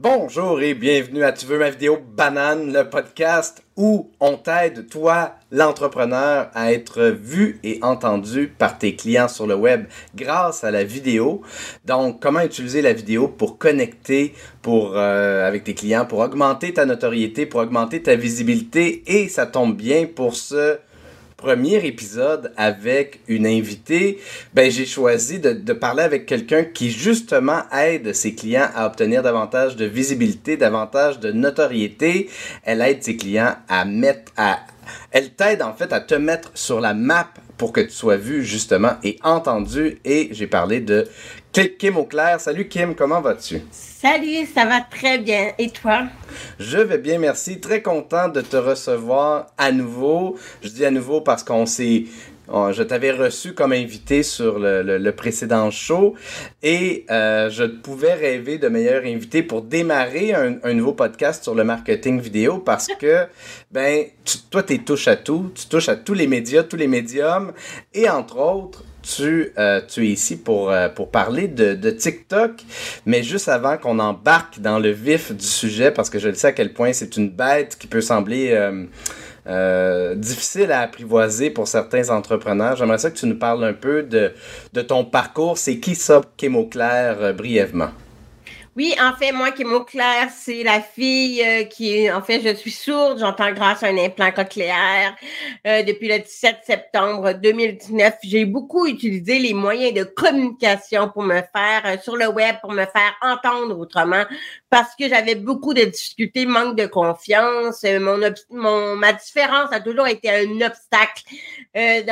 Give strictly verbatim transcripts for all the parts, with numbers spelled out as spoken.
Bonjour et bienvenue à Tu veux ma vidéo banane, le podcast où on t'aide, toi, l'entrepreneur, à être vu et entendu par tes clients sur le web grâce à la vidéo. Donc, comment utiliser la vidéo pour connecter pour, euh, avec tes clients, pour augmenter ta notoriété, pour augmenter ta visibilité. Et ça tombe bien pour ce premier épisode avec une invitée, ben j'ai choisi de, de parler avec quelqu'un qui justement aide ses clients à obtenir davantage de visibilité, davantage de notoriété. Elle aide ses clients à mettre, à, elle t'aide en fait à te mettre sur la map pour que tu sois vu justement et entendu. Et j'ai parlé de Kim Auclair. Salut Kim, comment vas-tu? Salut, ça va très bien. Et toi? Je vais bien, merci. Très content de te recevoir à nouveau. Je dis à nouveau parce qu'on s'est... Je t'avais reçu comme invité sur le, le, le précédent show et euh, je pouvais rêver de meilleurs invités pour démarrer un, un nouveau podcast sur le marketing vidéo parce que, ben, tu, toi, tu touches à tout. Tu touches à tous les médias, tous les médiums et entre autres, Tu, euh, tu es ici pour, euh, pour parler de, de TikTok, mais juste avant qu'on embarque dans le vif du sujet, parce que je le sais à quel point c'est une bête qui peut sembler euh, euh, difficile à apprivoiser pour certains entrepreneurs, j'aimerais ça que tu nous parles un peu de, de ton parcours. C'est qui ça, Kim Auclair, euh, brièvement? Oui, en fait, moi, Kim Auclair, c'est la fille euh, qui, en fait, je suis sourde, j'entends grâce à un implant cochléaire. Euh, depuis le dix-sept septembre deux mille dix-neuf, j'ai beaucoup utilisé les moyens de communication pour me faire, euh, sur le web, pour me faire entendre autrement, parce que j'avais beaucoup de difficultés, manque de confiance. Euh, mon, mon ma différence a toujours été un obstacle euh,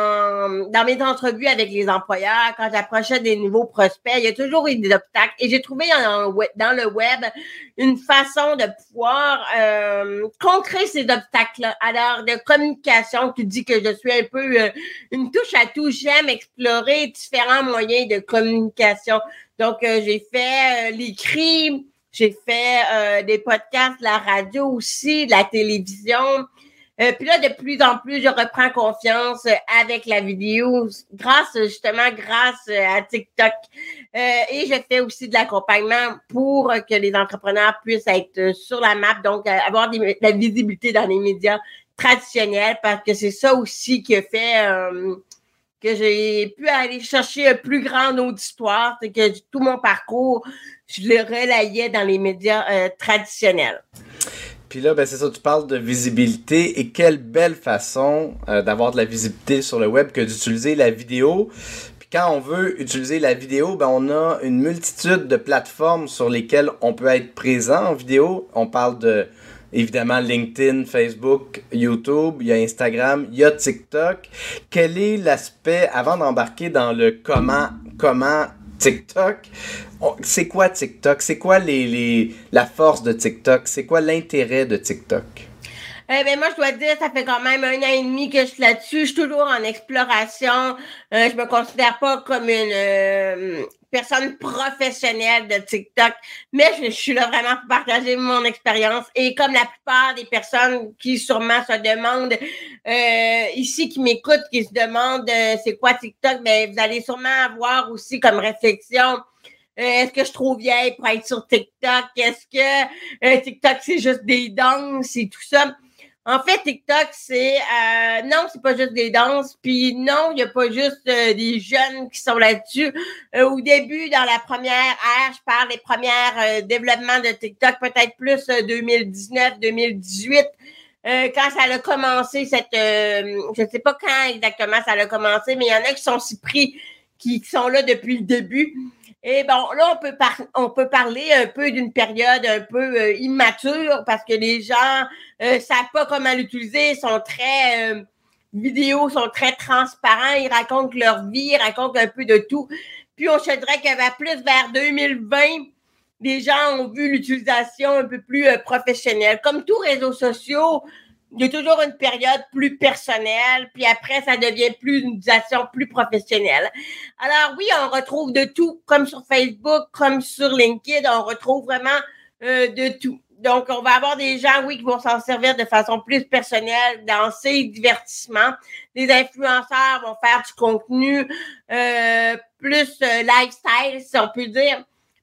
dans, dans mes entrevues avec les employeurs, quand j'approchais des nouveaux prospects. Il y a toujours eu des obstacles et j'ai trouvé en dans le web, une façon de pouvoir euh, contrer ces obstacles-là. Alors, de communication, tu dis que je suis un peu euh, une touche à tout. J'aime explorer différents moyens de communication. Donc, euh, j'ai fait euh, l'écrit, j'ai fait euh, des podcasts, la radio aussi, la télévision. Euh, puis là, de plus en plus, je reprends confiance avec la vidéo, grâce justement, grâce à TikTok. Euh, et je fais aussi de l'accompagnement pour que les entrepreneurs puissent être sur la map, donc avoir des, la visibilité dans les médias traditionnels, parce que c'est ça aussi qui a fait euh, que j'ai pu aller chercher un plus grand auditoire, c'est que tout mon parcours, je le relayais dans les médias euh, traditionnels. Puis là, ben c'est ça, tu parles de visibilité et quelle belle façon euh, d'avoir de la visibilité sur le web que d'utiliser la vidéo. Puis quand on veut utiliser la vidéo, ben on a une multitude de plateformes sur lesquelles on peut être présent en vidéo. On parle de, évidemment, LinkedIn, Facebook, YouTube, il y a Instagram, il y a TikTok. Quel est l'aspect, avant d'embarquer dans le comment, comment TikTok, c'est quoi TikTok? C'est quoi les, les, la force de TikTok? C'est quoi l'intérêt de TikTok? Eh ben moi, je dois dire, ça fait quand même un an et demi que je suis là-dessus. Je suis toujours en exploration. Euh, je me considère pas comme une euh, personne professionnelle de TikTok, mais je, je suis là vraiment pour partager mon expérience. Et comme la plupart des personnes qui sûrement se demandent euh, ici, qui m'écoutent, qui se demandent euh, c'est quoi TikTok, ben vous allez sûrement avoir aussi comme réflexion. Euh, est-ce que je suis trop vieille pour être sur TikTok? Est-ce que euh, TikTok, c'est juste des danses et tout ça? En fait, TikTok, c'est... Euh, non, c'est pas juste des danses. Puis non, il n'y a pas juste euh, des jeunes qui sont là-dessus. Euh, au début, dans la première ère, je parle des premiers euh, développements de TikTok, peut-être plus euh, deux mille dix-neuf, deux mille dix-huit. Euh, quand ça a commencé, cette... Euh, je ne sais pas quand exactement ça a commencé, mais il y en a qui sont si pris, qui, qui sont là depuis le début. Et bon, là, on peut, par- on peut parler un peu d'une période un peu euh, immature parce que les gens euh, savent pas comment l'utiliser, sont très euh, vidéos, sont très transparents, ils racontent leur vie, ils racontent un peu de tout. Puis on se dirait qu'il y avait plus vers deux mille vingt, les gens ont vu l'utilisation un peu plus euh, professionnelle. Comme tous réseaux sociaux, il y a toujours une période plus personnelle, puis après, ça devient plus une utilisation plus professionnelle. Alors oui, on retrouve de tout, comme sur Facebook, comme sur LinkedIn, on retrouve vraiment euh, de tout. Donc, on va avoir des gens, oui, qui vont s'en servir de façon plus personnelle, danser, divertissement. Les influenceurs vont faire du contenu euh, plus euh, lifestyle, si on peut dire.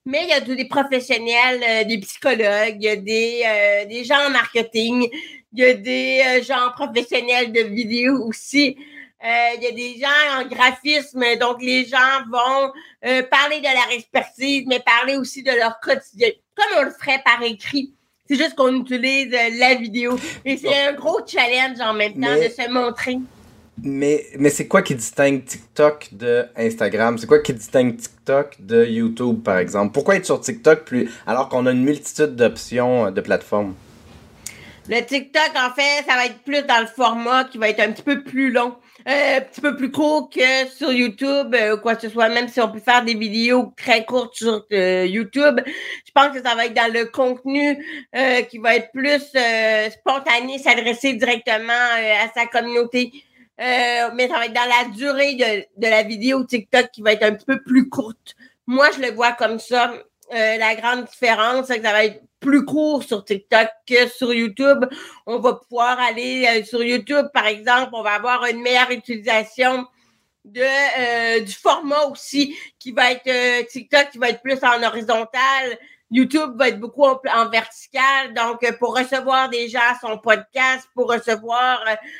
Mais il y a des professionnels, euh, des psychologues, il y a des, euh, des gens en marketing, il y a des euh, gens professionnels de vidéo aussi. Euh, il y a des gens en graphisme, donc les gens vont euh, parler de leur expertise, mais parler aussi de leur quotidien, comme on le ferait par écrit. C'est juste qu'on utilise euh, la vidéo. Et c'est un gros challenge en même temps mais, de se montrer. Mais, mais c'est quoi qui distingue TikTok de Instagram? C'est quoi qui distingue TikTok de YouTube, par exemple? Pourquoi être sur TikTok plus alors qu'on a une multitude d'options de plateformes? Le TikTok, en fait, ça va être plus dans le format qui va être un petit peu plus long. Euh, un petit peu plus court que sur YouTube, euh, quoi que ce soit, même si on peut faire des vidéos très courtes sur euh, YouTube. Je pense que ça va être dans le contenu euh, qui va être plus euh, spontané, s'adresser directement euh, à sa communauté. Euh, mais ça va être dans la durée de, de la vidéo TikTok qui va être un petit peu plus courte. Moi, je le vois comme ça. Euh, la grande différence, c'est que ça va être plus court sur TikTok que sur YouTube. On va pouvoir aller euh, sur YouTube, par exemple, on va avoir une meilleure utilisation de euh, du format aussi qui va être euh, TikTok qui va être plus en horizontal. YouTube va être beaucoup en, en vertical. Donc, euh, pour recevoir des gens à son podcast, pour recevoir,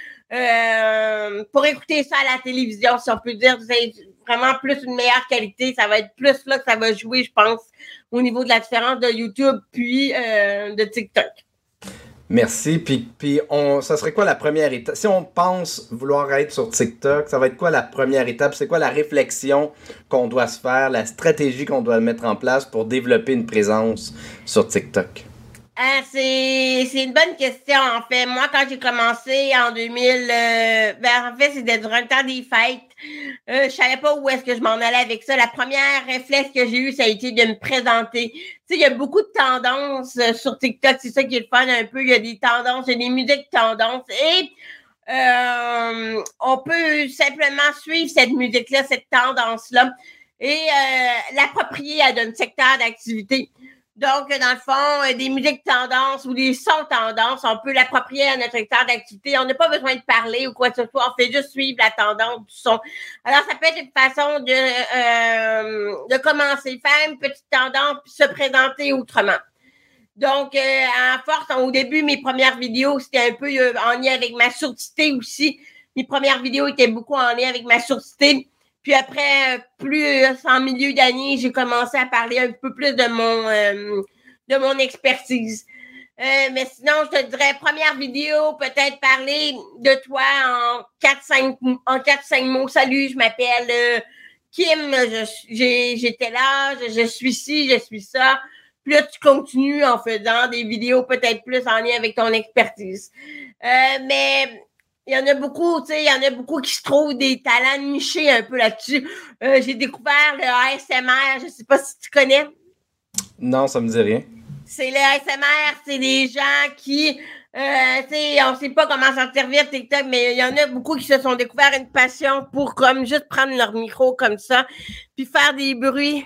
euh, pour écouter ça à la télévision, si on peut dire, c'est vraiment plus une meilleure qualité. Ça va être plus là que ça va jouer, je pense, au niveau de la différence de YouTube puis euh, de TikTok. Merci. Puis, puis on, ça serait quoi la première étape? Si on pense vouloir être sur TikTok, ça va être quoi la première étape? C'est quoi la réflexion qu'on doit se faire, la stratégie qu'on doit mettre en place pour développer une présence sur TikTok? Ah, c'est, c'est une bonne question, en fait. Moi, quand j'ai commencé en deux mille, euh, ben, en fait, c'était durant le temps des fêtes. Euh, je savais pas où est-ce que je m'en allais avec ça. La première réflexe que j'ai eu, ça a été de me présenter. Tu sais, il y a beaucoup de tendances euh, sur TikTok. C'est ça qui est le fun un peu. Il y a des tendances, il y a des musiques tendances. Et euh, on peut simplement suivre cette musique-là, cette tendance-là, et euh, l'approprier à notre secteur d'activité. Donc, dans le fond, des musiques tendances ou des sons tendances, on peut l'approprier à notre secteur d'activité. On n'a pas besoin de parler ou quoi que ce soit. On fait juste suivre la tendance du son. Alors, ça peut être une façon de, euh, de commencer, faire une petite tendance puis se présenter autrement. Donc, euh, à force, au début, mes premières vidéos, c'était un peu euh, en lien avec ma surdité aussi. Mes premières vidéos étaient beaucoup en lien avec ma surdité. Puis après, plus en milieu d'année, j'ai commencé à parler un peu plus de mon euh, de mon expertise. Euh, mais sinon, je te dirais, première vidéo, peut-être parler de toi en quatre cinq en quatre cinq mots. Salut, je m'appelle euh, Kim, je, j'ai, j'étais là, je, je suis ci, je suis ça. Puis là, tu continues en faisant des vidéos peut-être plus en lien avec ton expertise. Euh, mais il y en a beaucoup, tu sais, il y en a beaucoup qui se trouvent des talents nichés un peu là-dessus. Euh, j'ai découvert le A S M R, je sais pas si tu connais. Non, ça me dit rien. C'est le A S M R, c'est des gens qui, euh, tu sais, on sait pas comment s'en servir TikTok, mais il y en a beaucoup qui se sont découvert une passion pour comme juste prendre leur micro comme ça, puis faire des bruits.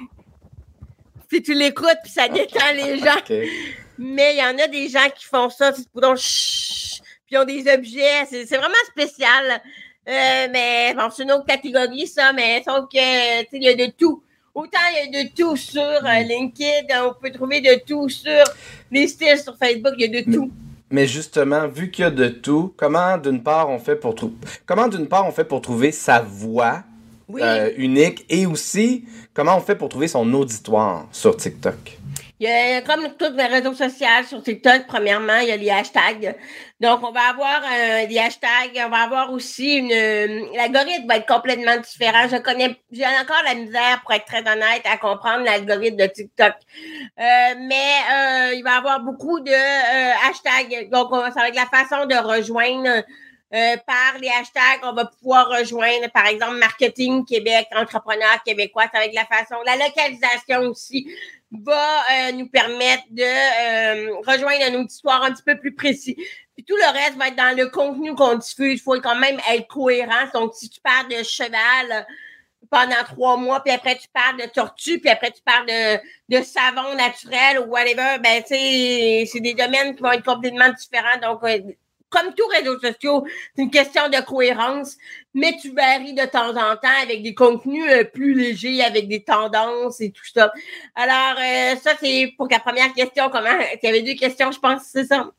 Puis tu l'écoutes, puis ça détend les gens. Okay. Mais il y en a des gens qui font ça, c'est pour donc chut, puis ils ont des objets, c'est, c'est vraiment spécial. Euh, mais bon, c'est une autre catégorie, ça, mais sauf que, tu sais, il y a de tout. Autant il y a de tout sur euh, LinkedIn, on peut trouver de tout sur les styles sur Facebook, il y a de tout. Mais justement, vu qu'il y a de tout, comment d'une part on fait pour trouver, comment d'une part on fait pour trouver sa voix oui. euh, unique et aussi comment on fait pour trouver son auditoire sur TikTok? Il y a, comme tous les réseaux sociaux sur TikTok, premièrement, il y a les hashtags. Donc, on va avoir euh, des hashtags. On va avoir aussi une... L'algorithme va être complètement différent. Je connais... J'ai encore la misère, pour être très honnête, à comprendre l'algorithme de TikTok. Euh, mais euh, il va y avoir beaucoup de euh, hashtags. Donc, on va, ça va être la façon de rejoindre... Euh, par les hashtags, on va pouvoir rejoindre, par exemple, Marketing Québec, Entrepreneurs québécois. Ça va être la façon... La localisation aussi va euh, nous permettre de euh, rejoindre un auditoire un petit peu plus précis. Puis tout le reste va être dans le contenu qu'on diffuse. Il faut quand même être cohérent. Donc, si tu parles de cheval pendant trois mois, puis après tu parles de tortue, puis après tu parles de, de savon naturel ou whatever, ben tu sais, c'est des domaines qui vont être complètement différents. Donc, euh, comme tous réseaux sociaux, c'est une question de cohérence, mais tu varies de temps en temps avec des contenus euh, plus légers, avec des tendances et tout ça. Alors, euh, ça, c'est pour la première question. Comment? Il y avait deux questions, je pense, c'est ça.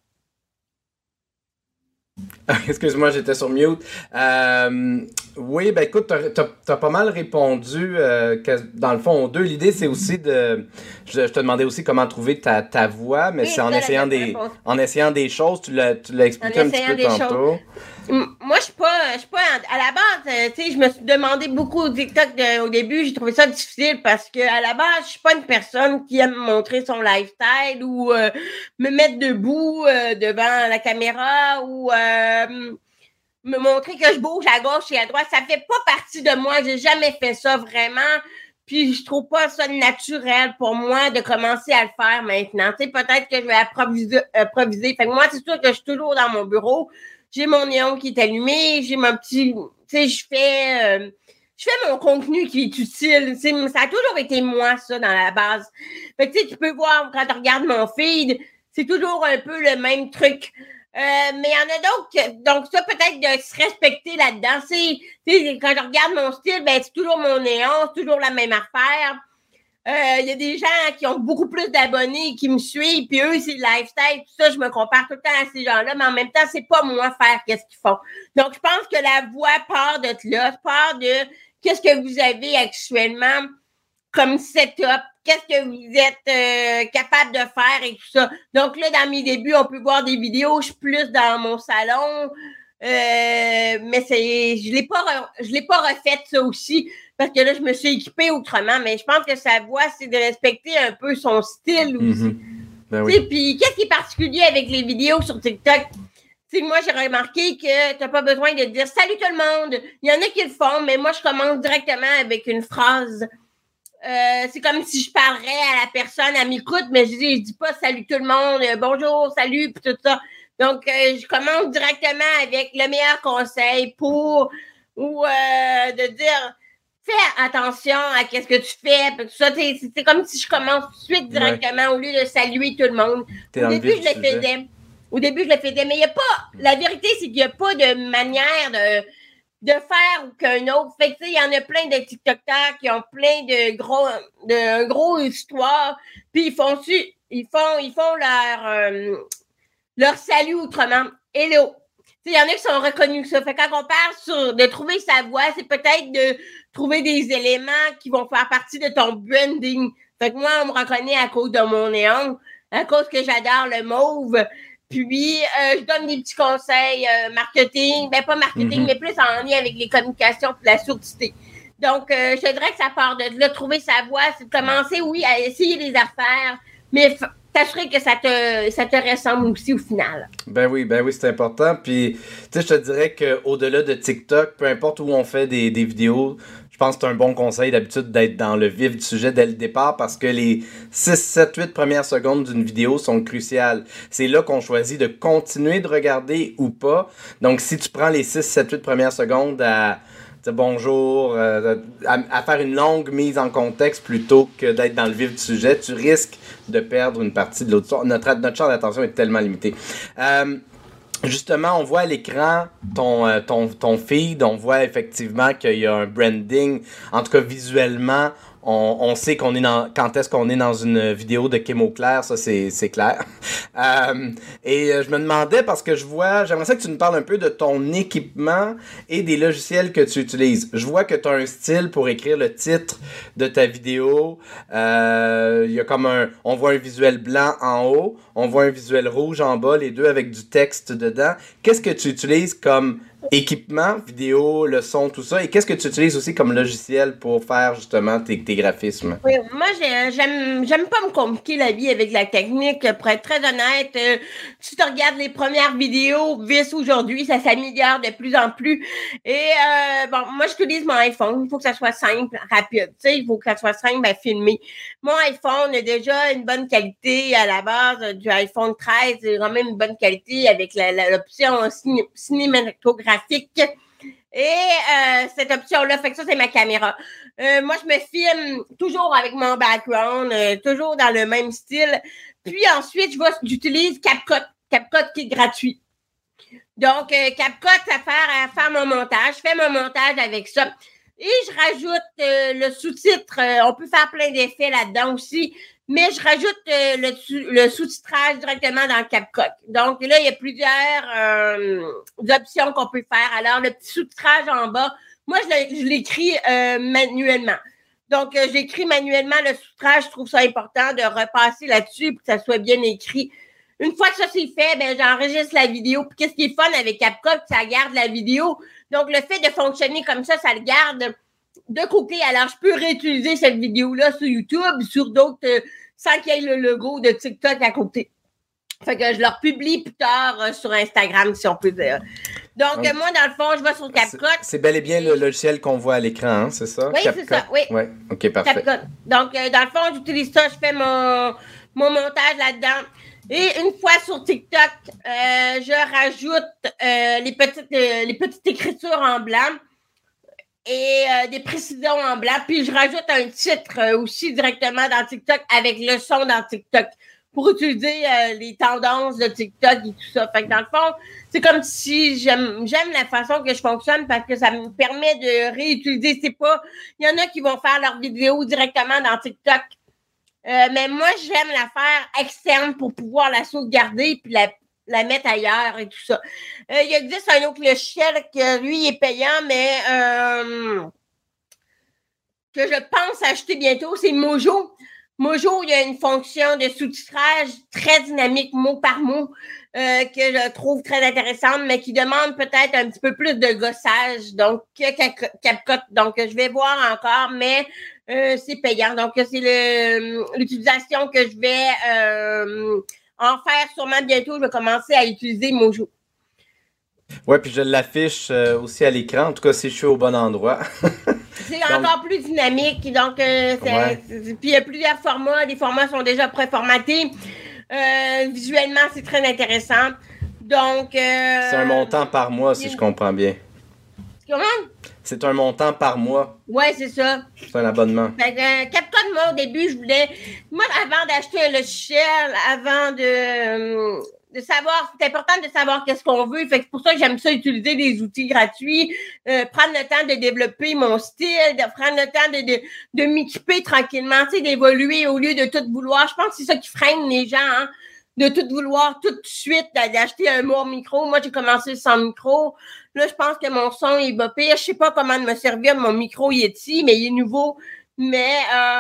Excuse-moi, j'étais sur mute. Euh, oui, ben écoute, t'as, t'as, t'as pas mal répondu euh, que, dans le fond aux deux. L'idée, c'est aussi de... Je, je te demandais aussi comment trouver ta, ta voix, mais oui, c'est en essayant, des, en essayant des choses. Tu l'as, tu l'as expliqué un petit peu tantôt. Choses. Moi, je suis pas, je suis pas... À la base, tu sais, je me suis demandé beaucoup au TikTok de, au début. J'ai trouvé ça difficile parce que à la base, je suis pas une personne qui aime montrer son lifestyle ou euh, me mettre debout euh, devant la caméra ou... Euh, me montrer que je bouge à gauche et à droite. Ça fait pas partie de moi. J'ai jamais fait ça vraiment. Puis je trouve pas ça naturel pour moi de commencer à le faire maintenant. Tu sais, peut-être que je vais improviser. improviser. Fait que moi, c'est sûr que je suis toujours dans mon bureau. J'ai mon néon qui est allumé. J'ai mon petit... Tu sais, je fais... Euh, je fais mon contenu qui est utile. Tu sais, ça a toujours été moi, ça, dans la base. Fait que tu sais, tu peux voir, quand tu regardes mon feed, c'est toujours un peu le même truc. Euh, mais il y en a d'autres, donc ça peut-être de se respecter là-dedans. C'est, c'est, quand je regarde mon style, ben c'est toujours mon néon, c'est toujours la même affaire. Il euh, y a des gens qui ont beaucoup plus d'abonnés qui me suivent, puis eux, c'est le lifestyle, tout ça, je me compare tout le temps à ces gens-là, mais en même temps, c'est pas moi faire qu'est-ce qu'ils font. Donc, je pense que la voix part de là, part de qu'est-ce que vous avez actuellement comme setup, qu'est-ce que vous êtes euh, capable de faire et tout ça. Donc là, dans mes débuts, on peut voir des vidéos, je suis plus dans mon salon, euh, mais c'est, je l'ai pas, je l'ai pas refaite ça aussi parce que là, je me suis équipée autrement. Mais je pense que sa voix, c'est de respecter un peu son style aussi. Mm-hmm. Ben oui. Puis qu'est-ce qui est particulier avec les vidéos sur TikTok? T'sais, moi, j'ai remarqué que tu n'as pas besoin de dire « Salut tout le monde ». Il y en a qui le font, mais moi, je commence directement avec une phrase. Euh, c'est comme si je parlerais à la personne, elle m'écoute, mais je dis, je dis pas salut tout le monde, euh, bonjour, salut, puis tout ça. Donc, euh, je commence directement avec le meilleur conseil pour, ou euh, de dire, fais attention à qu'est-ce que tu fais, puis tout ça. C'est, c'est comme si je commence tout de suite directement ouais. au lieu de saluer tout le monde. T'es au début, je le faisais. Au début, je le faisais, mais il n'y a pas, la vérité, c'est qu'il n'y a pas de manière de... de faire ou qu'un autre. Fait que, tu sais, il y en a plein de TikTokers qui ont plein de gros, de gros histoires, puis ils font, su, ils font, ils font leur, euh, leur salut autrement. Hello. Tu sais, il y en a qui sont reconnus que ça. Fait que quand on parle sur, de trouver sa voix, c'est peut-être de trouver des éléments qui vont faire partie de ton branding. Fait que moi, on me reconnaît à cause de mon néon, à cause que j'adore le mauve. Puis, euh, je donne des petits conseils euh, marketing, ben pas marketing, mm-hmm. mais plus en lien avec les communications et la surdité. Donc, euh, je dirais que ça part de là, trouver sa voie, c'est de commencer, oui, à essayer les affaires, mais f- t'assurer que ça te, ça te ressemble aussi au final. Ben oui, ben oui, c'est important. Puis, tu sais, je te dirais qu'au-delà de TikTok, peu importe où on fait des, des vidéos, je pense que c'est un bon conseil d'habitude d'être dans le vif du sujet dès le départ parce que les six, sept, huit premières secondes d'une vidéo sont cruciales. C'est là qu'on choisit de continuer de regarder ou pas. Donc, si tu prends les six, sept, huit premières secondes à dire bonjour, euh, à, à faire une longue mise en contexte plutôt que d'être dans le vif du sujet, tu risques de perdre une partie de l'auditoire. Notre, notre champ d'attention est tellement limité. Euh, Justement, on voit à l'écran ton, euh, ton, ton feed, on voit effectivement qu'il y a un branding, en tout cas visuellement, on, on sait qu'on est dans, quand est-ce qu'on est dans une vidéo de Kim Auclair, ça c'est, c'est clair. euh, et je me demandais, parce que je vois, j'aimerais ça que tu nous parles un peu de ton équipement et des logiciels que tu utilises. Je vois que tu as un style pour écrire le titre de ta vidéo. Euh, il y a comme un, on voit un visuel blanc en haut, on voit un visuel rouge en bas, les deux avec du texte dedans. Qu'est-ce que tu utilises comme équipement, vidéo, le son, tout ça, et qu'est-ce que tu utilises aussi comme logiciel pour faire justement tes, tes graphismes? Oui, moi j'ai, j'aime j'aime pas me compliquer la vie avec la technique, pour être très honnête. Euh, si tu regardes les premières vidéos Vis aujourd'hui, ça s'améliore de plus en plus. Et euh, bon, moi j'utilise mon iPhone, il faut que ça soit simple, rapide, tu sais, il faut que ça soit simple à filmer. Mon iPhone a déjà une bonne qualité à la base du iPhone treize, c'est quand même une bonne qualité avec la, la, l'option ciné, cinématographique. Et euh, cette option-là, fait que ça, c'est ma caméra. Euh, moi, je me filme toujours avec mon background, euh, toujours dans le même style. Puis ensuite, je vais, j'utilise CapCut. CapCut qui est gratuit. Donc, euh, CapCut, ça sert à faire mon montage. Je fais mon montage avec ça. Et je rajoute euh, le sous-titre. Euh, on peut faire plein d'effets là-dedans aussi. Mais je rajoute euh, le, le sous-titrage directement dans CapCut. Donc, là, il y a plusieurs euh, options qu'on peut faire. Alors, le petit sous-titrage en bas, moi, je l'écris euh, manuellement. Donc, euh, j'écris manuellement le sous-titrage. Je trouve ça important de repasser là-dessus pour que ça soit bien écrit. Une fois que ça c'est fait, ben j'enregistre la vidéo. Puis qu'est-ce qui est fun avec CapCut, ça garde la vidéo. Donc, le fait de fonctionner comme ça, ça le garde de côté. Alors, je peux réutiliser cette vidéo-là sur YouTube, sur d'autres, euh, sans qu'il y ait le logo de TikTok à côté. Fait que je leur publie plus tard euh, sur Instagram, si on peut dire. Donc, oui. euh, moi, dans le fond, je vais sur CapCut. C'est bel et bien le logiciel qu'on voit à l'écran, hein, c'est ça? Oui, c'est ça, oui. Oui, OK, parfait. CapCut. Donc, euh, dans le fond, j'utilise ça, je fais mon, mon montage là-dedans. Et une fois sur TikTok, euh, je rajoute euh, les, petites, euh, les petites écritures en blanc et euh, des précisions en blanc. Puis, je rajoute un titre euh, aussi directement dans TikTok avec le son dans TikTok pour utiliser euh, les tendances de TikTok et tout ça. Fait que dans le fond, c'est comme si j'aime j'aime la façon que je fonctionne parce que ça me permet de réutiliser. C'est pas... Il y en a qui vont faire leurs vidéos directement dans TikTok. Euh, mais moi, j'aime la faire externe pour pouvoir la sauvegarder puis la, la mettre ailleurs et tout ça. Euh, il existe un autre logiciel que lui est payant, mais euh, que je pense acheter bientôt, c'est Mojo. Mojo, il y a une fonction de sous-titrage très dynamique, mot par mot, euh, que je trouve très intéressante, mais qui demande peut-être un petit peu plus de gossage, donc que CapCut. Donc, je vais voir encore, mais euh, c'est payant. Donc, c'est le, l'utilisation que je vais euh, en faire sûrement bientôt. Je vais commencer à utiliser Mojo. Oui, puis je l'affiche euh, aussi à l'écran, en tout cas si je suis au bon endroit. C'est donc, encore plus dynamique. Donc, euh, c'est, ouais. c'est, puis il y a plusieurs formats. Les formats sont déjà préformatés. Euh, visuellement, c'est très intéressant. Donc. Euh, c'est un montant par mois, si je comprends bien. Comment? C'est un montant par mois. Oui, c'est ça. C'est un abonnement. Fait que, euh, CapCut, moi, au début, je voulais. Moi, avant d'acheter un logiciel, avant de. Euh, de savoir, c'est important de savoir qu'est-ce qu'on veut. Fait que c'est pour ça que j'aime ça utiliser des outils gratuits, euh, prendre le temps de développer mon style, de prendre le temps de, de, de m'équiper tranquillement, tu sais, d'évoluer au lieu de tout vouloir. Je pense que c'est ça qui freine les gens, hein, de tout vouloir tout de suite, d'acheter un bon micro. Moi, j'ai commencé sans micro. Là, je pense que mon son il va pire. Je sais pas comment me servir de mon micro Yeti, mais il est nouveau. Mais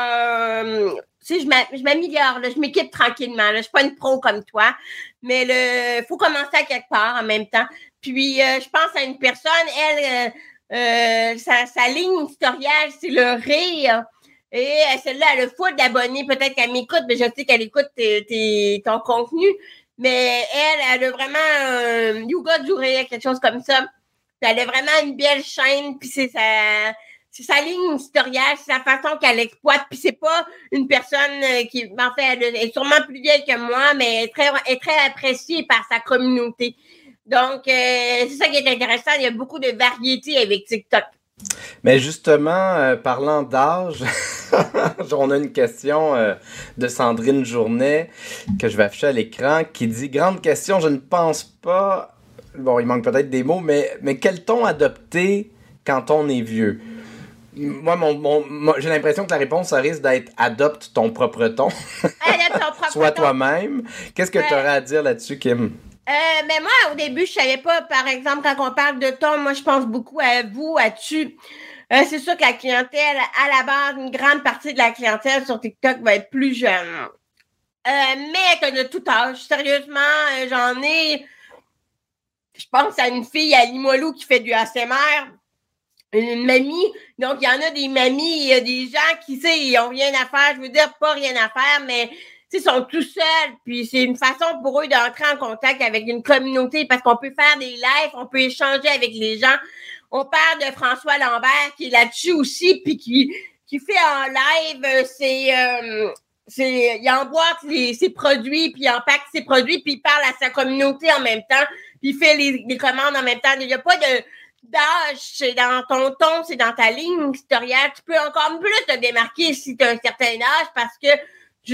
euh, tu sais, je m'améliore, là, je m'équipe tranquillement. Là. Je suis pas une pro comme toi, mais il faut commencer à quelque part en même temps. Puis, euh, je pense à une personne, elle, euh, euh, sa, sa ligne historiale, c'est le rire. Et euh, celle-là, elle a full d'abonnés. Peut-être qu'elle m'écoute, mais je sais qu'elle écoute tes, tes, ton contenu. Mais elle, elle a vraiment euh, Yoga du rire, quelque chose comme ça. Puis elle a vraiment une belle chaîne, puis c'est sa... C'est sa ligne historiale, c'est sa façon qu'elle exploite. Puis c'est pas une personne qui, en fait, elle est sûrement plus vieille que moi, mais elle est très, elle est très appréciée par sa communauté. Donc, euh, c'est ça qui est intéressant. Il y a beaucoup de variété avec TikTok. Mais justement, euh, parlant d'âge, on a une question euh, de Sandrine Journet que je vais afficher à l'écran qui dit « Grande question, je ne pense pas... » Bon, il manque peut-être des mots, mais, mais quel ton adopter quand on est vieux? Moi, mon, mon, mon, j'ai l'impression que la réponse, ça risque d'être « adopte ton propre ton ». Adopte ton propre Sois ton. toi-même. Qu'est-ce que ouais. tu aurais à dire là-dessus, Kim? Euh, mais moi, au début, je savais pas, par exemple, quand on parle de ton, moi, je pense beaucoup à vous, à tu. Euh, c'est sûr que la clientèle, à la base, une grande partie de la clientèle sur TikTok va être plus jeune. Euh, mais de tout âge. Sérieusement, euh, j'en ai... Je pense à une fille à Limoilou qui fait du A S M R. Une mamie, donc il y en a des mamies, il y a des gens qui, tu sais, ils ont rien à faire, je veux dire pas rien à faire, mais tu sais, ils sont tout seuls, puis c'est une façon pour eux d'entrer en contact avec une communauté, parce qu'on peut faire des lives, on peut échanger avec les gens. On parle de François Lambert, qui est là-dessus aussi, puis qui, qui fait en live, c'est, euh, c'est, il emboîte les, ses produits, puis il empaque ses produits, puis il parle à sa communauté en même temps, puis il fait les, les commandes en même temps. Il n'y a pas de d'âge, c'est dans ton ton, c'est dans ta ligne historiale. Tu peux encore plus te démarquer si tu as un certain âge parce que,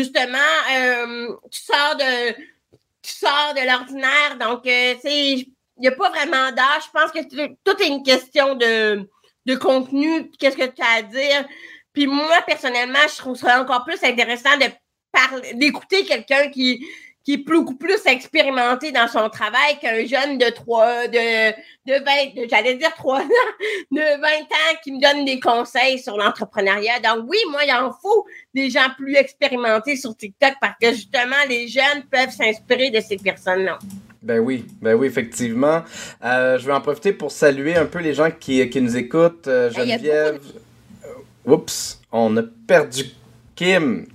justement, euh, tu sors de tu sors de l'ordinaire. Donc, euh, tu sais, n'y a pas vraiment d'âge. Je pense que tout est une question de, de contenu, qu'est-ce que tu as à dire. Puis moi, personnellement, je trouve ça encore plus intéressant de parler, d'écouter quelqu'un qui, qui est beaucoup plus expérimenté dans son travail qu'un jeune de trois, de, de vingt, de, j'allais dire trois ans, de vingt ans qui me donne des conseils sur l'entrepreneuriat. Donc oui, moi, il en faut des gens plus expérimentés sur TikTok parce que justement, les jeunes peuvent s'inspirer de ces personnes-là. Ben oui, ben oui, effectivement. Euh, je vais en profiter pour saluer un peu les gens qui, qui nous écoutent. Euh, Geneviève. De... Oups, on a perdu Kim.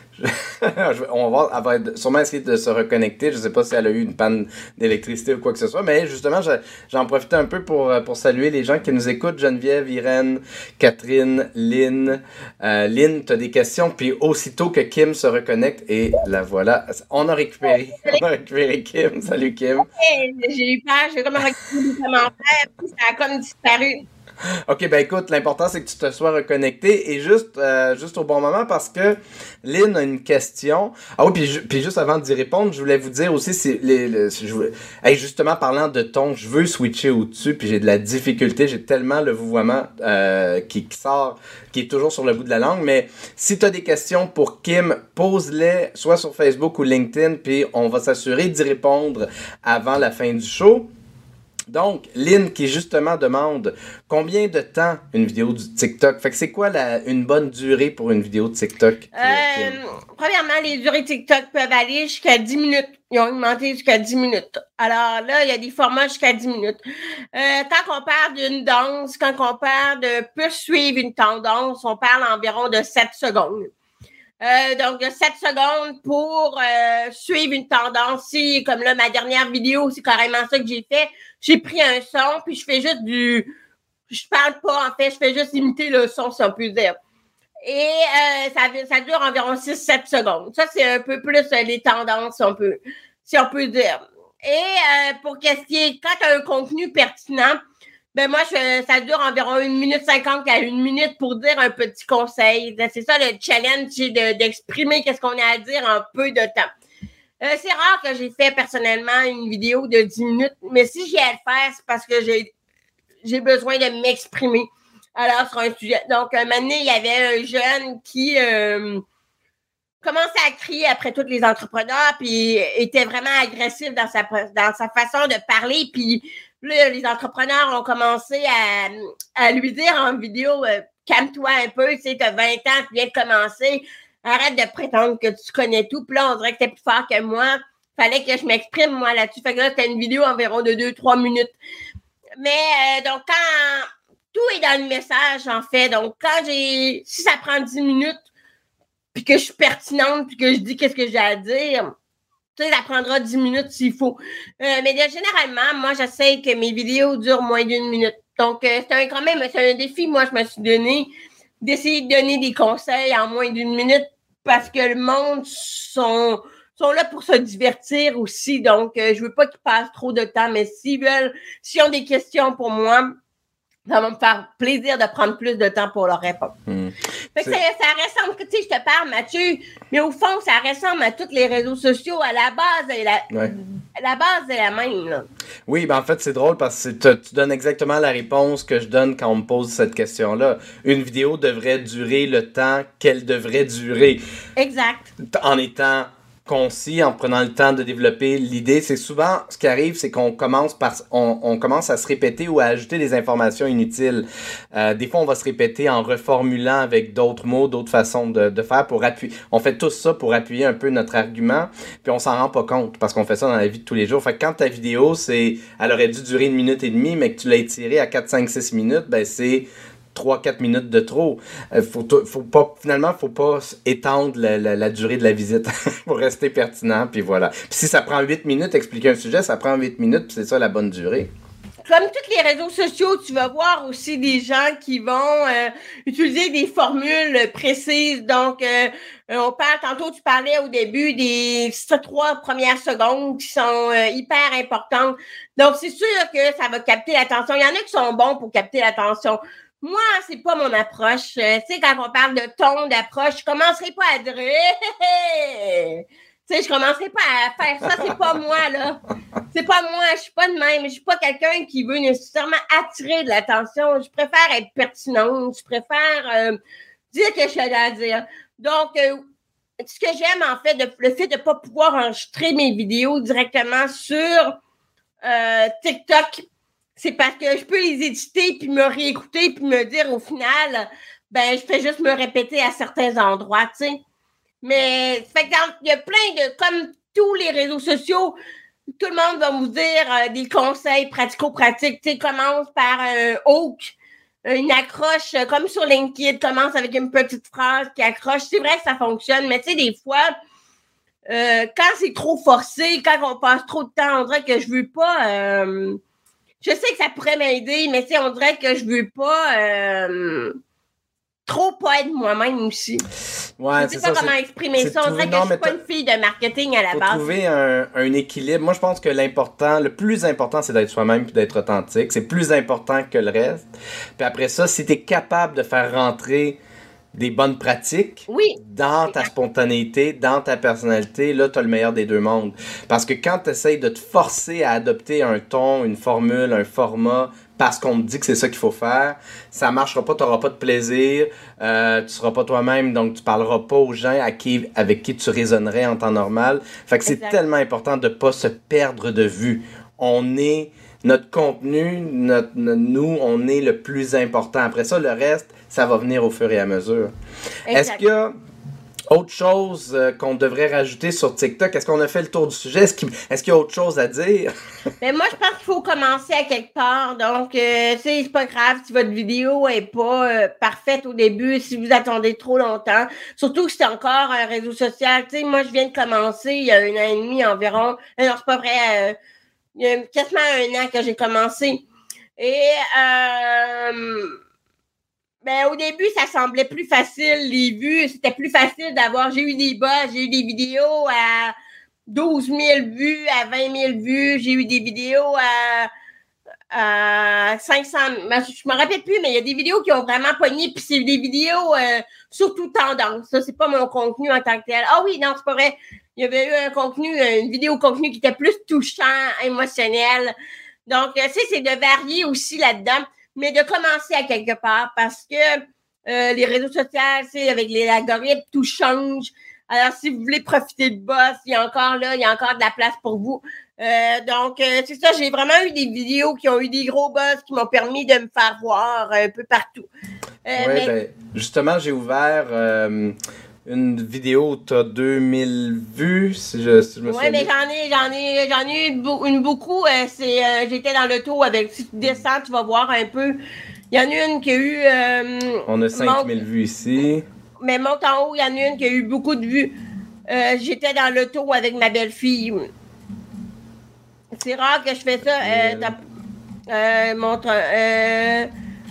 On va, elle va être, sûrement essayer de se reconnecter. Je ne sais pas si elle a eu une panne d'électricité ou quoi que ce soit, mais justement, je, j'en profite un peu pour, pour saluer les gens qui nous écoutent. Geneviève, Irène, Catherine, Lynn. Euh, Lynn, tu as des questions, puis aussitôt que Kim se reconnecte, et la voilà. On a récupéré, on a récupéré Kim. Salut Kim. J'ai eu peur, j'ai comme récupéré les commentaires, puis ça a comme disparu. OK, ben écoute, l'important c'est que tu te sois reconnecté et juste, euh, juste au bon moment parce que Lynn a une question. Ah oui, puis, puis juste avant d'y répondre, je voulais vous dire aussi, c'est les, les, je voulais, hey, justement parlant de ton, je veux switcher au-dessus puis j'ai de la difficulté, j'ai tellement le vouvoiement euh, qui, qui sort, qui est toujours sur le bout de la langue, mais si tu as des questions pour Kim, pose-les soit sur Facebook ou LinkedIn puis on va s'assurer d'y répondre avant la fin du show. Donc, Lynn qui justement demande combien de temps une vidéo du TikTok? Fait que c'est quoi la, une bonne durée pour une vidéo de TikTok? Euh, premièrement, les durées TikTok peuvent aller jusqu'à dix minutes. Ils ont augmenté jusqu'à dix minutes. Alors là, il y a des formats jusqu'à dix minutes. Euh, quand on parle d'une danse, quand on parle de poursuivre une tendance, on parle environ de sept secondes. Euh, donc, de sept secondes pour euh, suivre une tendance. Si, comme là, ma dernière vidéo, c'est carrément ça que j'ai fait. J'ai pris un son, puis je fais juste du... Je parle pas, en fait, je fais juste imiter le son, si on peut dire. Et euh, ça, ça dure environ six sept secondes. Ça, c'est un peu plus euh, les tendances, si on peut, si on peut dire. Et euh, pour qu'est-ce qui est... Quand tu as un contenu pertinent, ben moi, je, ça dure environ une minute cinquante à une minute pour dire un petit conseil. C'est ça le challenge, c'est de, d'exprimer qu'est-ce qu'on a à dire en peu de temps. Euh, c'est rare que j'ai fait personnellement une vidéo de dix minutes, mais si j'ai à le faire, c'est parce que j'ai, j'ai besoin de m'exprimer. Alors, sur un sujet. Donc, un moment donné, il y avait un jeune qui euh, commençait à crier après tous les entrepreneurs, puis était vraiment agressif dans sa, dans sa façon de parler, puis là, les entrepreneurs ont commencé à, à lui dire en vidéo euh, « Calme-toi un peu, tu sais, t'as vingt ans, tu viens de commencer, arrête de prétendre que tu connais tout. » Puis là, on dirait que t'es plus fort que moi. Fallait que je m'exprime, moi, là-dessus. Fait que là, c'était une vidéo environ de deux trois minutes. Mais euh, donc, quand tout est dans le message, en fait. Donc, quand j'ai... Si ça prend dix minutes, puis que je suis pertinente, puis que je dis qu'est-ce que j'ai à dire... Tu sais, ça prendra dix minutes s'il faut. Euh, mais là, généralement, moi, j'essaie que mes vidéos durent moins d'une minute. Donc, euh, c'est un, quand même c'est un défi, moi, je me suis donné, d'essayer de donner des conseils en moins d'une minute parce que le monde sont, sont là pour se divertir aussi. Donc, euh, je veux pas qu'ils passent trop de temps, mais s'ils veulent, s'ils ont des questions pour moi, ça va me faire plaisir de prendre plus de temps pour leur répondre. Mmh. Fait que ça, ça ressemble, tu sais, je te parle, Mathieu, mais au fond, ça ressemble à tous les réseaux sociaux. À la base, la, ouais. la base est la même, là. Oui, ben en fait, c'est drôle parce que tu donnes exactement la réponse que je donne quand on me pose cette question-là. Une vidéo devrait durer le temps qu'elle devrait durer. Exact. En étant concis, en prenant le temps de développer l'idée. C'est souvent, ce qui arrive, c'est qu'on commence par, on, on commence à se répéter ou à ajouter des informations inutiles. Euh, des fois, on va se répéter en reformulant avec d'autres mots, d'autres façons de, de faire pour appuyer. On fait tout ça pour appuyer un peu notre argument, puis on s'en rend pas compte parce qu'on fait ça dans la vie de tous les jours. Fait que quand ta vidéo, c'est, elle aurait dû durer une minute et demie, mais que tu l'as étirée à quatre, cinq, six minutes, ben c'est trois quatre minutes de trop. Euh, faut, faut pas, finalement, faut pas étendre la, la, la durée de la visite pour rester pertinent, puis voilà. Puis si ça prend huit minutes, expliquer un sujet, ça prend huit minutes, puis c'est ça la bonne durée. Comme tous les réseaux sociaux, tu vas voir aussi des gens qui vont euh, utiliser des formules précises. Donc, euh, on parle, tantôt tu parlais au début des trois premières secondes qui sont euh, hyper importantes. Donc, c'est sûr que ça va capter l'attention. Il y en a qui sont bons pour capter l'attention. Moi, c'est pas mon approche. Euh, tu sais, quand on parle de ton, d'approche, je commencerai pas à dire hey, hey, hey. Tu sais, je commencerai pas à faire ça, c'est pas moi, là. C'est pas moi, je suis pas de même. Je suis pas quelqu'un qui veut nécessairement attirer de l'attention. Je préfère être pertinente. Je préfère euh, dire que je suis à dire. Donc, euh, ce que j'aime, en fait, de, le fait de ne pas pouvoir enregistrer mes vidéos directement sur euh, TikTok, c'est parce que je peux les éditer, puis me réécouter, puis me dire au final, ben, je fais juste me répéter à certains endroits, tu sais. Mais, fait que il y a plein de, comme tous les réseaux sociaux, tout le monde va vous dire euh, des conseils pratico-pratiques. Tu sais, commence par un hook, une accroche, euh, comme sur LinkedIn, commence avec une petite phrase qui accroche. C'est vrai que ça fonctionne, mais tu sais, des fois, euh, quand c'est trop forcé, quand on passe trop de temps, on dirait que je veux pas... Euh, je sais que ça pourrait m'aider, mais tu sais, on dirait que je veux pas... Euh, trop pas être moi-même aussi. Ouais, je ne sais pas ça, comment exprimer ça. On dirait que non, je ne suis pas une fille de marketing à la faut base. Trouver un, un équilibre. Moi, je pense que l'important, le plus important, c'est d'être soi-même et d'être authentique. C'est plus important que le reste. Puis après ça, si tu es capable de faire rentrer des bonnes pratiques oui. dans ta spontanéité, dans ta personnalité, là, tu as le meilleur des deux mondes. Parce que quand tu essaies de te forcer à adopter un ton, une formule, un format, parce qu'on te dit que c'est ça qu'il faut faire, ça marchera pas, tu n'auras pas de plaisir, euh, tu seras pas toi-même, donc tu parleras pas aux gens à qui, avec qui tu raisonnerais en temps normal. Fait que c'est exact. Tellement important de pas se perdre de vue. On est, notre contenu, notre, notre, nous, on est le plus important. Après ça, le reste, ça va venir au fur et à mesure. Exact. Est-ce qu'il y a autre chose euh, qu'on devrait rajouter sur TikTok? Est-ce qu'on a fait le tour du sujet? Est-ce qu'il, est-ce qu'il y a autre chose à dire? Mais moi, je pense qu'il faut commencer à quelque part. Donc, euh, tu sais, c'est pas grave si votre vidéo est pas euh, parfaite au début, si vous attendez trop longtemps. Surtout que c'est encore un réseau social. Tu sais, moi, je viens de commencer il y a un an et demi environ. Non, c'est pas vrai. Euh, il y a quasiment un an que j'ai commencé. Et... Euh, Ben, au début, ça semblait plus facile, les vues. C'était plus facile d'avoir... J'ai eu des buzz, j'ai eu des vidéos à douze mille vues, à vingt mille vues. J'ai eu des vidéos à, à cinq cents... Je me rappelle plus, mais il y a des vidéos qui ont vraiment pogné. Puis c'est des vidéos euh, surtout tendance. Ça, c'est pas mon contenu en tant que tel. Ah oui, non, c'est pas vrai. Il y avait eu un contenu, une vidéo contenu qui était plus touchant, émotionnel. Donc, tu sais, c'est de varier aussi là-dedans. Mais de commencer à quelque part parce que euh, les réseaux sociaux, c'est avec les algorithmes, tout change. Alors, si vous voulez profiter de boss, il y a encore là, il y a encore de la place pour vous. Euh, donc, euh, c'est ça, j'ai vraiment eu des vidéos qui ont eu des gros buzz qui m'ont permis de me faire voir un peu partout. Euh, oui, mais... ben, justement, j'ai ouvert... Euh... Une vidéo où tu as deux mille vues, si je, si je me souviens. Oui, mais j'en ai, j'en ai, j'en ai eu une beaucoup. Euh, c'est, euh, j'étais dans l'auto avec, si tu descends, tu vas voir un peu. Il y en a une qui a eu... Euh, On a cinq mille vues ici. Mais monte en haut, il y en a une qui a eu beaucoup de vues. Euh, j'étais dans l'auto avec ma belle-fille. C'est rare que je fais ça. Euh, euh, montre... Euh,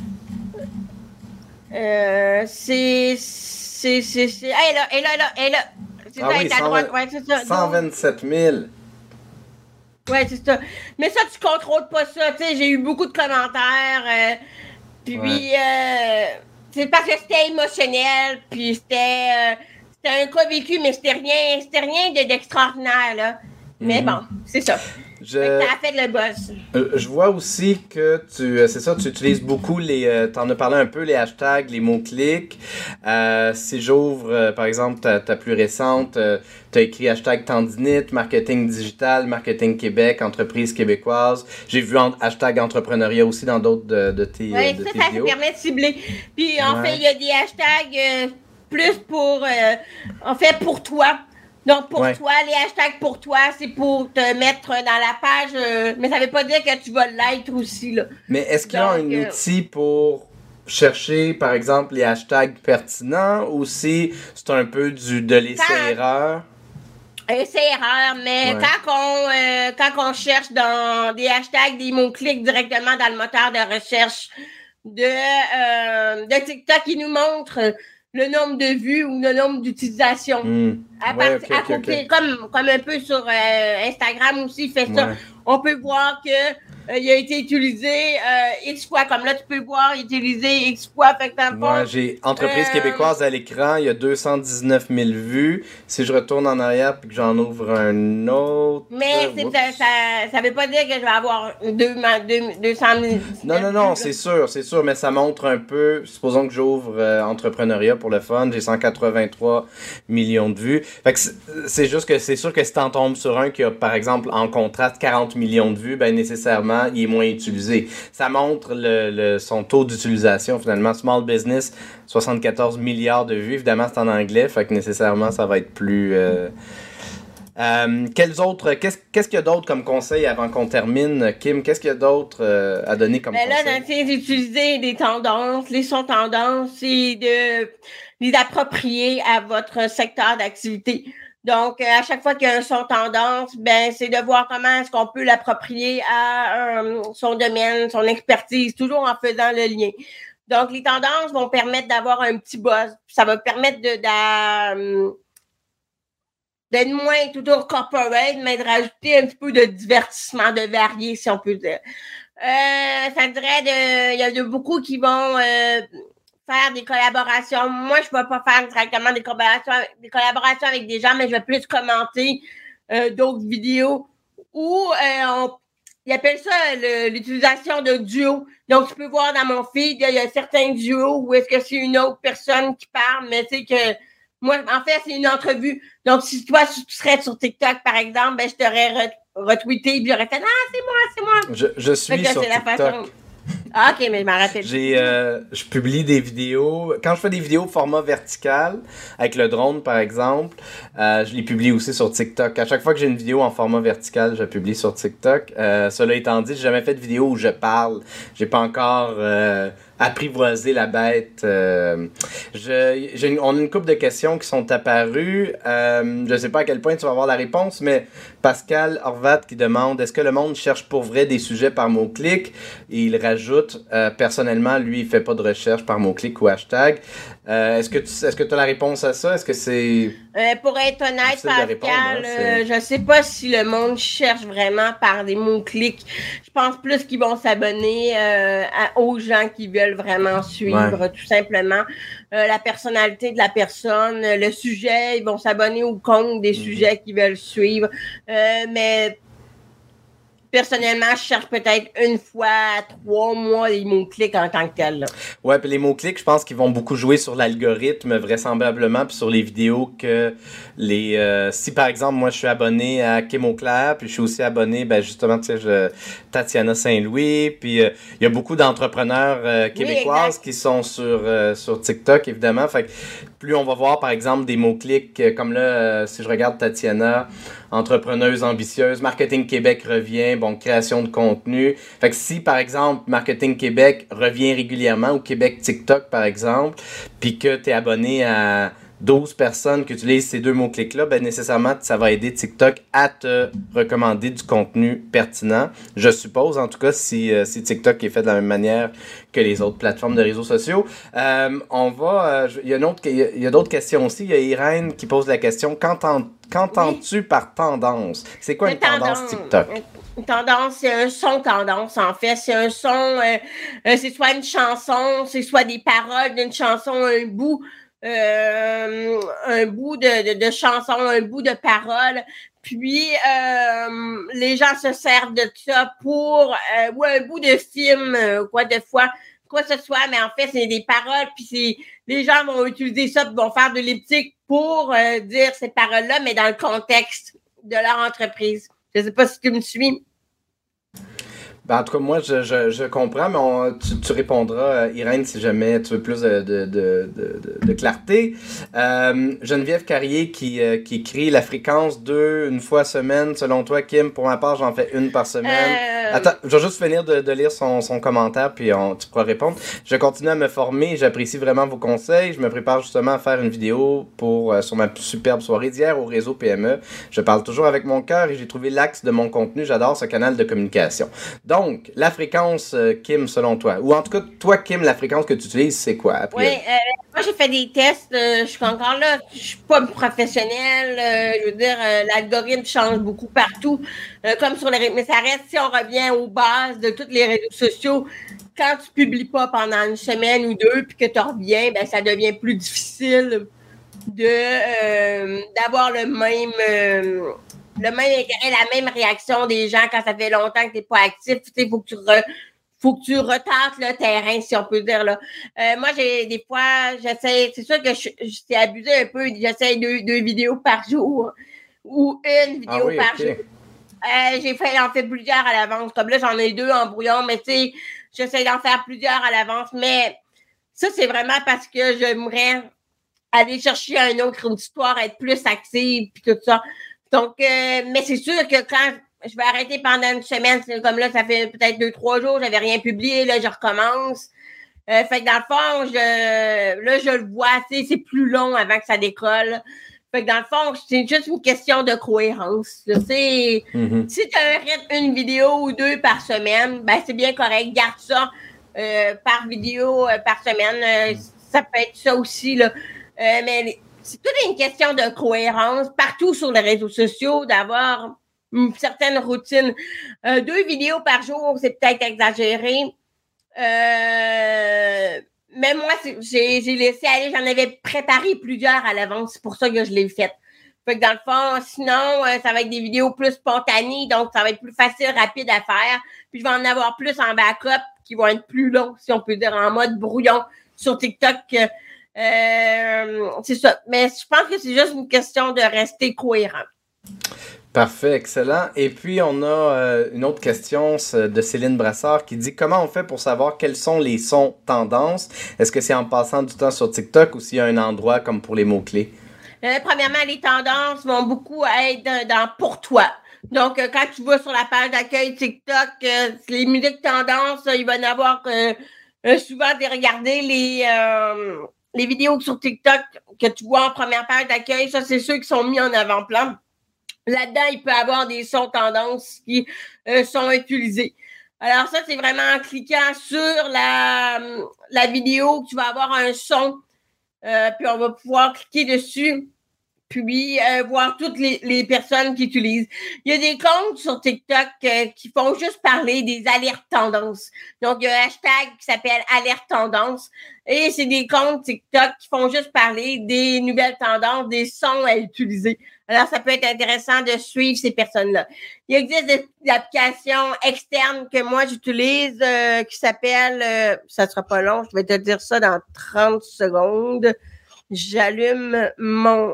euh, c'est... C'est, c'est, c'est... Ah, elle est là, elle est là, elle est là, elle est là. C'est ah ça, oui, elle est à droite. Ouais, c'est ça. cent vingt-sept mille. Ouais, c'est ça. Mais ça, tu contrôles pas ça. Tu sais, j'ai eu beaucoup de commentaires. Euh, puis, ouais. euh, c'est parce que c'était émotionnel. Puis c'était, euh, c'était un cas vécu, mais c'était rien, c'était rien de, d'extraordinaire, là. Mais mm-hmm. bon, c'est ça. Je... Ça a fait le boss. Euh, je vois aussi que tu, c'est ça, tu utilises beaucoup les, euh, t'en as parlé un peu, les hashtags, les mots-clics. Euh, si j'ouvre, euh, par exemple, ta, ta plus récente, euh, tu as écrit hashtag tendinite, marketing digital, marketing Québec, entreprise québécoise. J'ai vu en, hashtag entrepreneuriat aussi dans d'autres de, de tes, ouais, de ça, tes ça, vidéos. ça permet de cibler. Puis, en ouais. fait, il y a des hashtags euh, plus pour, euh, en fait, pour toi. Donc, pour ouais. toi, les hashtags pour toi, c'est pour te mettre dans la page, euh, mais ça veut pas dire que tu vas l'être aussi, là. Mais est-ce qu'il y a un euh... outil pour chercher, par exemple, les hashtags pertinents ou si c'est un peu du de l'essai-erreur? Essai-erreur, mais ouais. quand, on, euh, quand on cherche dans des hashtags, des mots-clics directement dans le moteur de recherche de, euh, de TikTok, il nous montre... le nombre de vues ou le nombre d'utilisations. Mmh. À ouais, partir, okay, à okay, okay. Comme, comme un peu sur euh, Instagram aussi, fait ça. Ouais. On peut voir que euh, il a été utilisé euh, X fois. Comme là, tu peux voir, utilisé X fois. Fait que dans le fond, Moi, j'ai entreprise euh, québécoise à l'écran, il y a deux cent dix-neuf mille vues. Si je retourne en arrière puis que j'en ouvre un autre. Mais c'est, ça, ça, ça veut pas dire que je vais avoir deux, deux cent mille. Non, non, non, c'est sûr, c'est sûr, mais ça montre un peu. Supposons que j'ouvre euh, entrepreneuriat pour le fun, j'ai cent quatre-vingt-trois millions de vues. Fait que c'est, c'est juste que c'est sûr que si t'en tombes sur un qui a, par exemple, en contraste quarante millions de vues, ben nécessairement, il est moins utilisé. Ça montre le, le, son taux d'utilisation finalement. Small business, soixante-quatorze milliards de vues. Évidemment, c'est en anglais, fait que nécessairement, ça va être plus. Euh... Euh, quels autres, qu'est-ce, qu'est-ce qu'il y a d'autre comme conseil avant qu'on termine, Kim? Qu'est-ce qu'il y a d'autre euh, à donner comme ben conseil? Là, c'est d'utiliser des tendances, les sons tendances, et de les approprier à votre secteur d'activité. Donc, à chaque fois qu'il y a un son tendance, ben c'est de voir comment est-ce qu'on peut l'approprier à euh, son domaine, son expertise, toujours en faisant le lien. Donc, les tendances vont permettre d'avoir un petit buzz. Ça va permettre de, de d'être moins toujours corporate, mais de rajouter un petit peu de divertissement, de varier, si on peut dire. Euh, ça dirait de, il y a de beaucoup qui vont euh, faire des collaborations. Moi, je ne vais pas faire directement des collaborations, des collaborations avec des gens, mais je vais plus commenter euh, d'autres vidéos où euh, on, ils appellent ça le, l'utilisation de duo. Donc, tu peux voir dans mon feed, il y a certains duos où est-ce que c'est une autre personne qui parle, mais tu sais que moi, en fait, c'est une entrevue. Donc, si toi, tu serais sur TikTok, par exemple, ben, je t'aurais retweeté et j'aurais fait « Ah, c'est moi, c'est moi! » Je, je suis sur TikTok. Façon... Ah, ok, mais je m'en rappelle. J'ai, euh, je publie des vidéos. Quand je fais des vidéos format vertical, avec le drone par exemple, euh, je les publie aussi sur TikTok. À chaque fois que j'ai une vidéo en format vertical, je la publie sur TikTok. Euh, cela étant dit, j'ai jamais fait de vidéo où je parle. J'ai pas encore euh, apprivoisé la bête. Euh, je, j'ai une, on a une couple de questions qui sont apparues. Euh, je sais pas à quel point tu vas avoir la réponse, mais Pascal Horvat qui demande: est-ce que le monde cherche pour vrai des sujets par mot-clic? Et il rajoute, euh, personnellement, lui, il fait pas de recherche par mot-clic ou hashtag. Euh, est-ce que tu est-ce que tu as la réponse à ça? Est-ce que c'est... Euh, pour être honnête, Pascal, répondre, hein, euh, je sais pas si le monde cherche vraiment par des mots-clics. Je pense plus qu'ils vont s'abonner euh, à, aux gens qui veulent vraiment suivre, ouais. Tout simplement. Euh, la personnalité de la personne, le sujet, ils vont s'abonner au compte des mmh. sujets qu'ils veulent suivre. Euh, mais... Personnellement, je cherche peut-être une fois à trois mois les mots-clics en tant que tel. Là. Ouais, puis les mots-clics, je pense qu'ils vont beaucoup jouer sur l'algorithme, vraisemblablement, puis sur les vidéos que les... Euh, si, par exemple, moi, je suis abonné à Kim Auclair, puis je suis aussi abonné, ben justement, tu sais, je, Tatiana Saint-Louis, puis il euh, y a beaucoup d'entrepreneurs euh, québécoises oui, qui sont sur, euh, sur TikTok, évidemment. Fait que plus on va voir, par exemple, des mots-clics, euh, comme là, euh, si je regarde Tatiana, entrepreneuse ambitieuse, Marketing Québec revient, bon, création de contenu. Fait que si, par exemple, Marketing Québec revient régulièrement, ou Québec TikTok, par exemple, puis que tu es abonné à douze personnes qui utilisent ces deux mots-clics-là, ben nécessairement, ça va aider TikTok à te recommander du contenu pertinent. Je suppose, en tout cas, si, euh, si TikTok est fait de la même manière que les autres plateformes de réseaux sociaux. Euh, on va... Il euh, y, y, y a d'autres questions aussi. Il y a Irène qui pose la question, qu'entends, qu'entends-tu oui. par tendance? C'est quoi une, une tendance, tendance TikTok? Une tendance, c'est un son tendance, en fait. C'est un son... Euh, euh, c'est soit une chanson, c'est soit des paroles d'une chanson, un bout... Euh, un bout de, de, de chanson, un bout de parole, puis euh, les gens se servent de ça pour euh, ou un bout de film, euh, quoi de fois, quoi que ce soit, mais en fait, c'est des paroles, puis c'est les gens vont utiliser ça, puis vont faire de l'elliptique pour euh, dire ces paroles-là, mais dans le contexte de leur entreprise. Je sais pas si tu me suis. Ben, en tout cas, moi, je, je, je comprends, mais on, tu, tu répondras, Irène, si jamais tu veux plus de, de, de, de, de clarté. Euh, Geneviève Carrier qui, euh, qui écrit « La fréquence deux, une fois semaine, selon toi, Kim? Pour ma part, j'en fais une par semaine. Euh... » Attends, je vais juste finir de, de lire son, son commentaire, puis on, tu pourras répondre. « Je continue à me former, j'apprécie vraiment vos conseils. Je me prépare justement à faire une vidéo pour euh, sur ma superbe soirée d'hier au réseau P M E. Je parle toujours avec mon cœur et j'ai trouvé l'axe de mon contenu. J'adore ce canal de communication. » Donc, Donc, la fréquence, euh, Kim, selon toi, ou en tout cas, toi, Kim, la fréquence que tu utilises, c'est quoi? Oui, euh, moi, j'ai fait des tests. Euh, je suis encore là. Je suis pas professionnelle. Euh, je veux dire, euh, l'algorithme change beaucoup partout. Euh, comme sur les réseaux. Mais ça reste, si on revient aux bases de tous les réseaux sociaux, quand tu publies pas pendant une semaine ou deux, puis que tu reviens, ben, ça devient plus difficile de euh, d'avoir le même... Euh, le même intérêt, la même réaction des gens quand ça fait longtemps que tu n'es pas actif. Tu sais, il faut que tu re, faut que tu retentes le terrain, si on peut dire. Là. Euh, moi, j'ai des fois, j'essaie, c'est sûr que je, je t'ai abusé un peu, j'essaie deux, deux vidéos par jour ou une vidéo ah oui, par okay. jour. Euh, j'ai fait, j'en fais plusieurs à l'avance. Comme là, j'en ai deux en brouillon, mais tu sais, j'essaie d'en faire plusieurs à l'avance. Mais ça, c'est vraiment parce que j'aimerais aller chercher un autre auditoire, être plus active, puis tout ça. Donc, euh, mais c'est sûr que quand je vais arrêter pendant une semaine, c'est comme là, ça fait peut-être deux, trois jours, j'avais rien publié, là, je recommence. Euh, fait que dans le fond, je, là, je le vois, tu sais, c'est plus long avant que ça décolle. Fait que dans le fond, c'est juste une question de cohérence. Tu sais, mm-hmm. Si tu as un rythme, une vidéo ou deux par semaine, ben c'est bien correct, garde ça euh, par vidéo euh, par semaine. Euh, ça peut être ça aussi, là. Euh, mais c'est toute une question de cohérence partout sur les réseaux sociaux, d'avoir une certaine routine. Euh, deux vidéos par jour, c'est peut-être exagéré. Euh, mais moi, j'ai, j'ai laissé aller, j'en avais préparé plusieurs à l'avance, c'est pour ça que je l'ai faite. Fait que dans le fond, sinon, euh, ça va être des vidéos plus spontanées, donc ça va être plus facile, rapide à faire. Puis je vais en avoir plus en backup qui vont être plus longs, si on peut dire, en mode brouillon sur TikTok. Euh, c'est ça. Mais je pense que c'est juste une question de rester cohérent. Parfait, excellent. Et puis, on a euh, une autre question de Céline Brassard qui dit « Comment on fait pour savoir quels sont les sons tendances? Est-ce que c'est en passant du temps sur TikTok ou s'il y a un endroit comme pour les mots-clés? » euh, Premièrement, les tendances vont beaucoup être dans, dans « Pour toi ». Donc, euh, quand tu vas sur la page d'accueil TikTok, euh, les musiques tendances, euh, il va y en avoir euh, euh, souvent de regarder les... Euh, Les vidéos sur TikTok que tu vois en première page d'accueil, ça, c'est ceux qui sont mis en avant-plan. Là-dedans, il peut y avoir des sons tendances qui euh, sont utilisés. Alors ça, c'est vraiment en cliquant sur la, la vidéo que tu vas avoir un son, euh, puis on va pouvoir cliquer dessus, puis euh, voir toutes les, les personnes qui utilisent. Il y a des comptes sur TikTok euh, qui font juste parler des alertes tendances. Donc, il y a un hashtag qui s'appelle alerte tendance et c'est des comptes TikTok qui font juste parler des nouvelles tendances, des sons à utiliser. Alors, ça peut être intéressant de suivre ces personnes-là. Il existe des, des applications externes que moi, j'utilise euh, qui s'appellent, euh, ça sera pas long, je vais te dire ça dans trente secondes. J'allume mon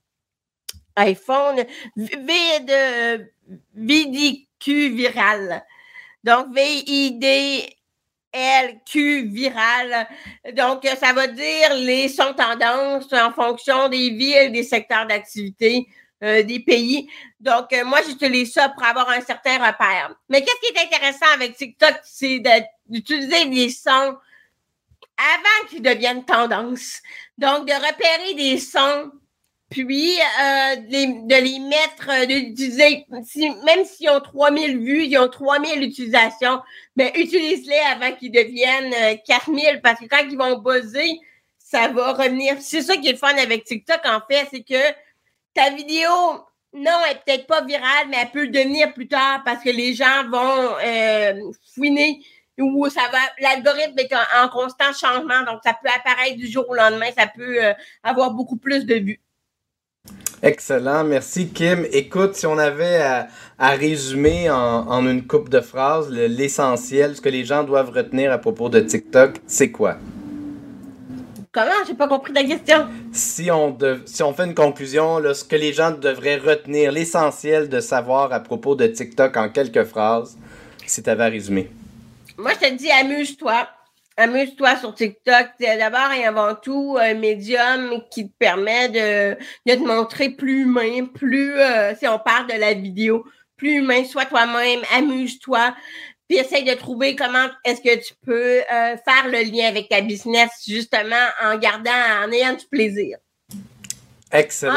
iPhone, V de V D Q viral. Donc, V I D L Q viral. Donc, ça va dire les sons tendances en fonction des villes, des secteurs d'activité, euh, des pays. Donc, euh, moi, j'utilise ça pour avoir un certain repère. Mais qu'est-ce qui est intéressant avec TikTok, c'est d'utiliser les sons avant qu'ils deviennent tendance. Donc, de repérer des sons puis euh, de, les, de les mettre, d'utiliser, si, même s'ils ont trois mille vues, ils ont trois mille utilisations, mais utilise-les avant qu'ils deviennent euh, quatre mille, parce que quand ils vont buzzer, ça va revenir. C'est ça qui est le fun avec TikTok, en fait, c'est que ta vidéo, non, elle n'est peut-être pas virale, mais elle peut le devenir plus tard parce que les gens vont euh, fouiner ou ça va, l'algorithme est en, en constant changement, donc ça peut apparaître du jour au lendemain, ça peut euh, avoir beaucoup plus de vues. Excellent, merci Kim. Écoute, si on avait à, à résumer en, en une couple de phrases le, l'essentiel, ce que les gens doivent retenir à propos de TikTok, c'est quoi? Comment? J'ai pas compris ta question. Si on, de, si on fait une conclusion, là, ce que les gens devraient retenir, l'essentiel de savoir à propos de TikTok en quelques phrases, si tu avais à résumer. Moi, je te dis, amuse-toi. Amuse-toi sur TikTok. C'est d'abord et avant tout un médium qui te permet de, de te montrer plus humain, plus, euh, si on parle de la vidéo, plus humain, sois toi-même, amuse-toi, puis essaye de trouver comment est-ce que tu peux euh, faire le lien avec ta business, justement, en gardant, en ayant du plaisir. Excellent.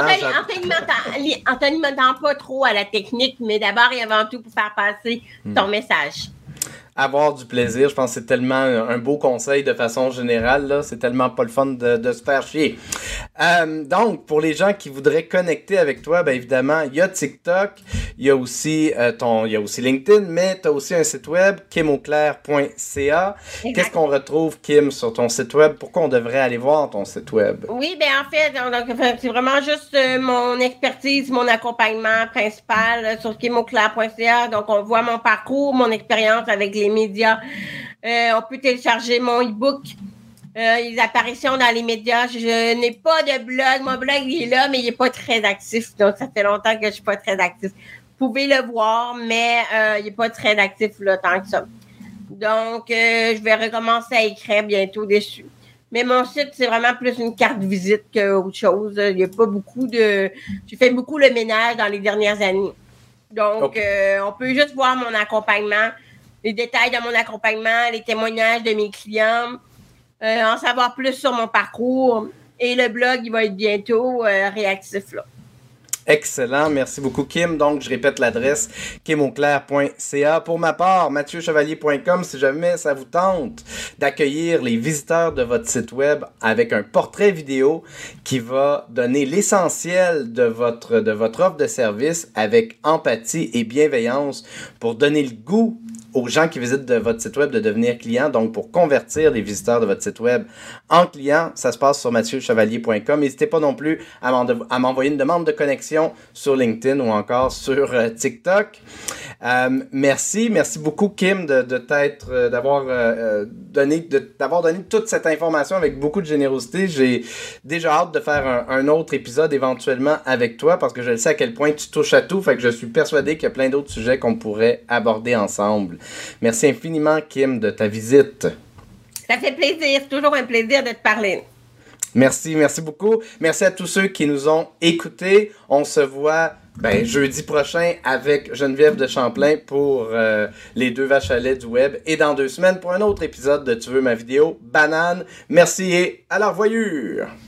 En t'alimentant pas trop à la technique, mais d'abord et avant tout pour faire passer ton mmh. message. avoir du plaisir. Je pense que c'est tellement un beau conseil de façon générale, là. C'est tellement pas le fun de, de se faire chier. Euh, donc, pour les gens qui voudraient connecter avec toi, ben évidemment, il y a TikTok, il y a aussi euh, ton, il y a aussi LinkedIn, mais tu as aussi un site web, kim auclair point c a. Qu'est-ce qu'on retrouve, Kim, sur ton site web? Pourquoi on devrait aller voir ton site web? Oui, ben en fait, donc, c'est vraiment juste euh, mon expertise, mon accompagnement principal euh, sur kim auclair point c a. Donc, on voit mon parcours, mon expérience avec les médias. Euh, on peut télécharger mon e-book. Euh, les apparitions dans les médias. Je n'ai pas de blog. Mon blog, il est là, mais il n'est pas très actif. Donc, ça fait longtemps que je ne suis pas très actif. Vous pouvez le voir, mais euh, il n'est pas très actif là, tant que ça. Donc, euh, je vais recommencer à écrire bientôt dessus. Mais mon site, c'est vraiment plus une carte de visite qu'autre chose. Il n'y a pas beaucoup de... J'ai fait beaucoup le ménage dans les dernières années. Donc, okay. euh, on peut juste voir mon accompagnement, les détails de mon accompagnement, les témoignages de mes clients. Euh, en savoir plus sur mon parcours. Et le blog, il va être bientôt euh, réactif là. Excellent. Merci beaucoup, Kim. Donc, je répète l'adresse, kim auclair point c a. Pour ma part, mathieu chevalier point com, si jamais ça vous tente d'accueillir les visiteurs de votre site web avec un portrait vidéo qui va donner l'essentiel de votre, de votre offre de service avec empathie et bienveillance pour donner le goût aux gens qui visitent de votre site web de devenir clients, donc pour convertir les visiteurs de votre site web en clients, ça se passe sur mathieu chevalier point com. N'hésitez pas non plus à, à m'envoyer une demande de connexion sur LinkedIn ou encore sur euh, TikTok. Euh, merci, merci beaucoup Kim de, de t'être, euh, d'avoir euh, donné, de, d'avoir donné toute cette information avec beaucoup de générosité. J'ai déjà hâte de faire un, un autre épisode éventuellement avec toi parce que je le sais à quel point tu touches à tout, fait que je suis persuadé qu'il y a plein d'autres sujets qu'on pourrait aborder ensemble. Merci infiniment, Kim, de ta visite. Ça fait plaisir. C'est toujours un plaisir de te parler. Merci, merci beaucoup. Merci à tous ceux qui nous ont écoutés. On se voit ben, jeudi prochain avec Geneviève de Champlain pour euh, les deux vaches à lait du web et dans deux semaines pour un autre épisode de Tu veux ma vidéo banane. Merci et à la revoyure!